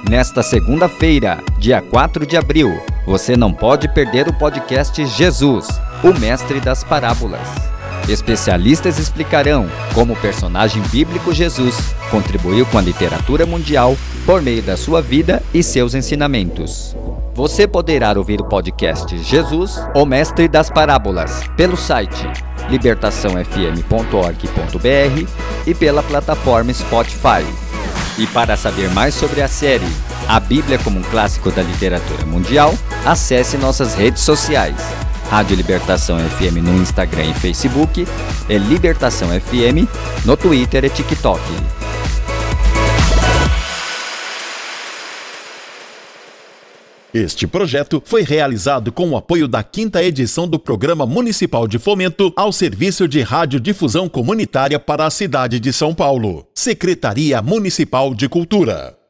Nesta segunda-feira, dia 4 de abril, você não pode perder o podcast Jesus, o Mestre das Parábolas. Especialistas explicarão como o personagem bíblico Jesus contribuiu com a literatura mundial por meio da sua vida e seus ensinamentos. Você poderá ouvir o podcast Jesus, o Mestre das Parábolas, pelo site libertaçãofm.org.br e pela plataforma Spotify. E para saber mais sobre a série A Bíblia como um Clássico da Literatura Mundial, acesse nossas redes sociais. Rádio Libertação FM no Instagram e Facebook, e Libertação FM no Twitter e TikTok. Este projeto foi realizado com o apoio da 5ª edição do Programa Municipal de Fomento ao Serviço de Radiodifusão Comunitária para a cidade de São Paulo. Secretaria Municipal de Cultura.